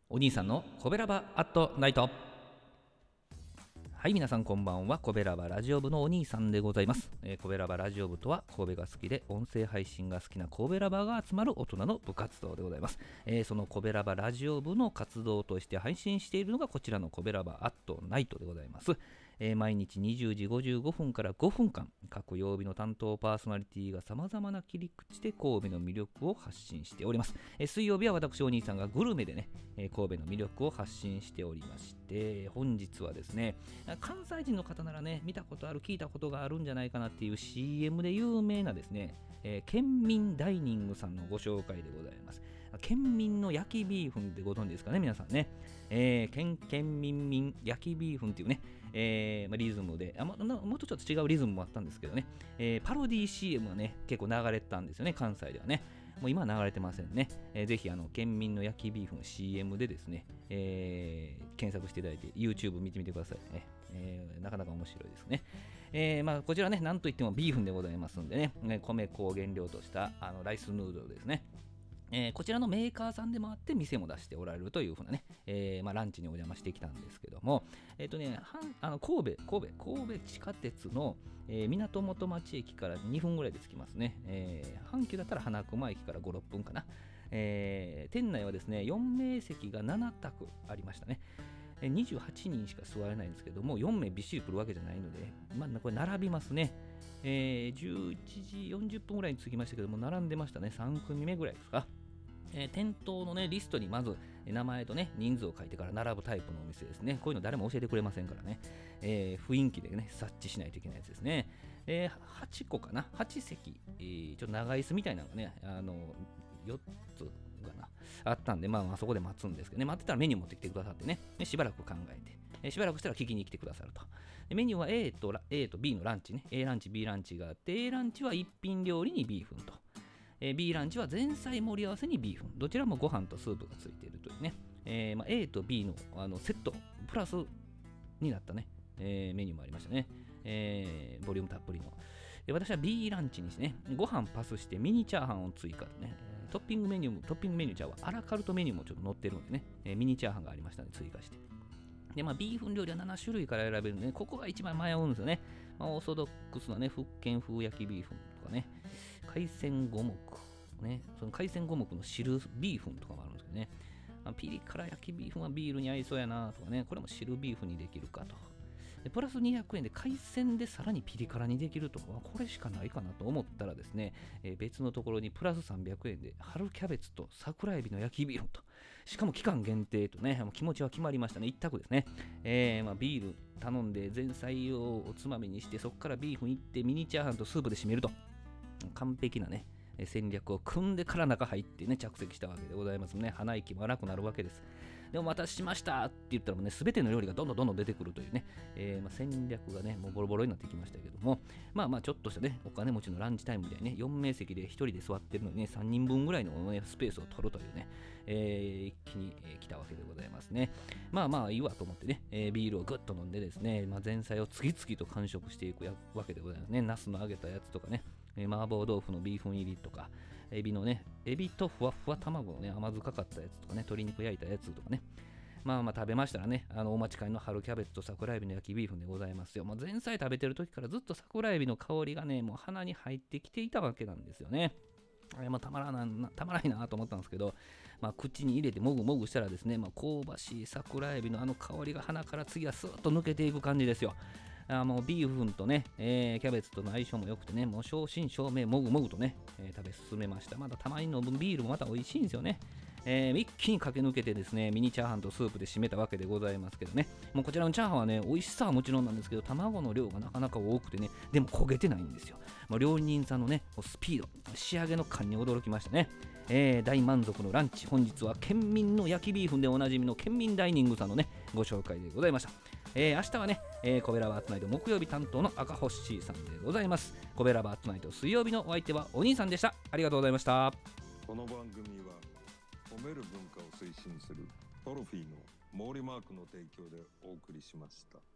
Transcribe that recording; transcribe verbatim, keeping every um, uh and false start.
お兄さんのコベラバアットナイト。はい、皆さんこんばんは。コベラバラジオ部のお兄さんでございます。えー、コベラバラジオ部とは、神戸が好きで音声配信が好きな神戸ラバーが集まる大人の部活動でございます。えー、そのコベラバラジオ部の活動として配信しているのがこちらのコベラバアットナイトでございます。えー、毎日にじゅうじごじゅうごふんからごふんかん、各曜日の担当パーソナリティがさまざまな切り口で神戸の魅力を発信しております。えー、水曜日は私お兄さんがグルメでね、えー、神戸の魅力を発信しておりまして、本日はですね、関西人の方ならね、見たことある、聞いたことがあるんじゃないかなっていう シーエム で有名なですね、えー、県民ダイニングさんのご紹介でございます。県民の焼きビーフンってご存知ですかね、皆さんね。えー、県県民民焼きビーフンっていうね、えーまあ、リズムであも、もっとちょっと違うリズムもあったんですけどね、えー、パロディ シーエム がね、結構流れてたんですよね、関西ではね。もう今は流れてませんね。えー、ぜひあの県民の焼きビーフン シーエム でですね、えー、検索していただいて YouTube 見てみてくださいね。えー、なかなか面白いですね。えーまあ、こちらね、なんといってもビーフンでございますんでね、米粉を原料としたあのライスヌードルですね。えー、こちらのメーカーさんでもあって店も出しておられるというふうなね、えーまあ、ランチにお邪魔してきたんですけども、えっ、ー、とね、あの神戸、神戸、神戸地下鉄の、えー、港元町駅からにふんぐらいで着きますね。えー、阪急だったら花熊駅からご、ろっぷんかな。えー、店内はですね、よんめいせきがななたくありましたね。にじゅうはちにんしか座れないんですけども、よんめいびっしり来るわけじゃないので、まあ、これ並びますね。えー、じゅういちじよんじゅっぷんぐらいに着きましたけども、並んでましたね。さんくみめぐらいですか。えー、店頭のね、リストにまず名前とね、人数を書いてから並ぶタイプのお店ですね。こういうの誰も教えてくれませんからね。えー、雰囲気でね、察知しないといけないやつですね。えー、はちこかな ?はち 席、えー、ちょっと長椅子みたいなのがね、あの、よっつかな、あったんで、まあまあそこで待つんですけどね、待ってたらメニュー持ってきてくださってね、でしばらく考えて、えー、しばらくしたら聞きに来てくださると。でメニューは A と, A と B のランチね、A ランチ、B ランチがあって、A ランチは一品料理にビーフンと。えー、B ランチは前菜盛り合わせにビーフン。どちらもご飯とスープがついているというね。えーまあ、A と B の, あのセット、プラスになったね、えー、メニューもありましたね。えー、ボリュームたっぷりの。私は B ランチにしてね、ご飯パスしてミニチャーハンを追加でね、トッピングメニューも、トッピングメニューちゃうわ、アラカルトメニューもちょっと載ってるんでね、えー、ミニチャーハンがありましたので追加して。で、まあ、ビーフン料理はななしゅるいから選べるんで、ね、ここが一番迷うんですよね。まあ、オーソドックスなね、福建風焼きビーフンとかね、海鮮五目、ね、その海鮮五目の汁ビーフンとかもあるんですけどね、まあ、ピリ辛焼きビーフンはビールに合いそうやなとかね、これも汁ビーフンにできるかと。でプラスにひゃくえんで海鮮でさらにピリ辛にできるとか、これしかないかなと思ったらですね、えー、別のところにプラスさんびゃくえんで春キャベツと桜エビの焼きビーフンと、しかも期間限定とね、もう気持ちは決まりましたね。一択ですね。えーまあ、ビール頼んで前菜をおつまみにして、そこからビーフンいってミニチャーハンとスープで締めると、完璧なね戦略を組んでから中入ってね着席したわけでございますね。鼻息も荒くなるわけです。でもお待たせしましたって言ったらもうね、全ての料理がどんどんどんどん出てくるというね、えーまあ、戦略がねもうボロボロになってきましたけども、まあまあちょっとしたねお金持ちのランチタイムでね、よんめいせきでひとりで座ってるのにね、さんにんぶんぐらいの、ね、スペースを取るというね、えー、一気に、えー、来たわけでございますね。まあまあいいわと思ってね、えー、ビールをぐっと飲んでですね、まあ、前菜を次々と完食していくわけでございますね。ナスの揚げたやつとかね、えー、麻婆豆腐のビーフン入りとか、エビのね、エビとふわふわ卵のね、甘酢かかったやつとかね、鶏肉焼いたやつとかね、まあまあ食べましたらね、あのお待ちかねの春キャベツと桜エビの焼きビーフンでございますよ。もう前菜食べてる時からずっと桜エビの香りがね、もう鼻に入ってきていたわけなんですよね。あれもたまらないな、たまらないなと思ったんですけど、まあ、口に入れてもぐもぐしたらですね、まあ、香ばしい桜エビのあの香りが鼻から次はスーッと抜けていく感じですよ。あもうビーフンとね、えー、キャベツとの相性も良くてね、もう正真正銘もぐもぐとね、えー、食べ進めました。またたまに飲むビールもまた美味しいんですよね。えー、一気に駆け抜けてですね、ミニチャーハンとスープで締めたわけでございますけどね、もうこちらのチャーハンはね、美味しさはもちろんなんですけど、卵の量がなかなか多くてね、でも焦げてないんですよ。まあ、料理人さんのね、スピード、仕上げの感に驚きましたね。えー、大満足のランチ、本日は県民の焼きビーフンでおなじみの県民ダイニングさんのね、ご紹介でございました。えー、明日はね、えー、コベラバーツナイト木曜日担当の赤星さんでございます。コベラバーツナイト水曜日のお相手はお兄さんでした。ありがとうございました。 この番組は褒める文化を推進するトロフィーの毛利マークの提供でお送りしました。